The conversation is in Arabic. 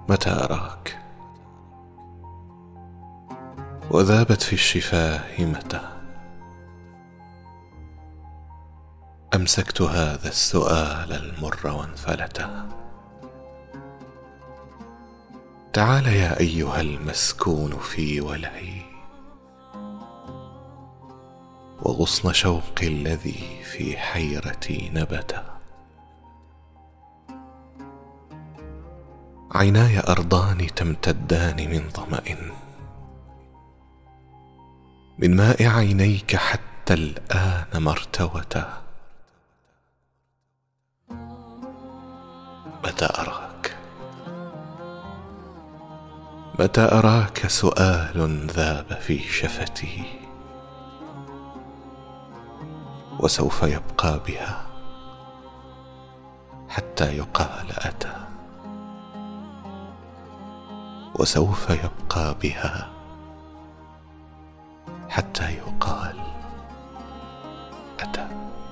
متى أراك وذابت في الشفاه متى أمسكت هذا السؤال المر وانفلتا. تعال يا أيها المسكون في ولعي وغصن شوقي الذي في حيرتي نبتا. عيناي أرضان تمتدان من ظمأ من ماء عينيك حتى الآن ما ارتوتا. متى أراك متى أراك سؤال ذاب في شفتي وسوف يبقى بها حتى يقال أتى. وسوف يبقى بها حتى يقال أتى.